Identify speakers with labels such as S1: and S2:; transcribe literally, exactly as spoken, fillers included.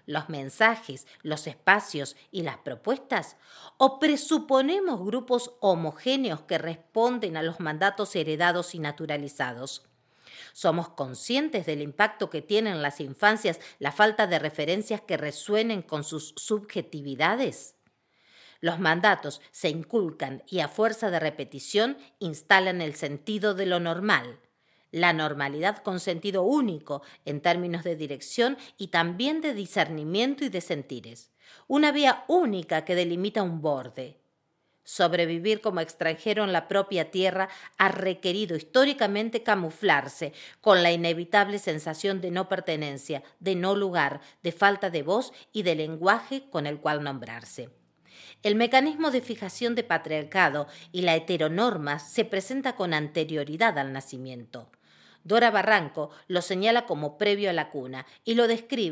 S1: los mensajes, los espacios y las propuestas? ¿O presuponemos grupos homogéneos que responden a los mandatos heredados y naturalizados? ¿Somos conscientes del impacto que tiene en las infancias la falta de referencias que resuenen con sus subjetividades? Los mandatos se inculcan y a fuerza de repetición instalan el sentido de lo normal, la normalidad con sentido único en términos de dirección y también de discernimiento y de sentires, una vía única que delimita un borde. Sobrevivir como extranjero en la propia tierra ha requerido históricamente camuflarse con la inevitable sensación de no pertenencia, de no lugar, de falta de voz y de lenguaje con el cual nombrarse. El mecanismo de fijación de patriarcado y la heteronorma se presenta con anterioridad al nacimiento. Dora Barranco lo señala como previo a la cuna y lo describe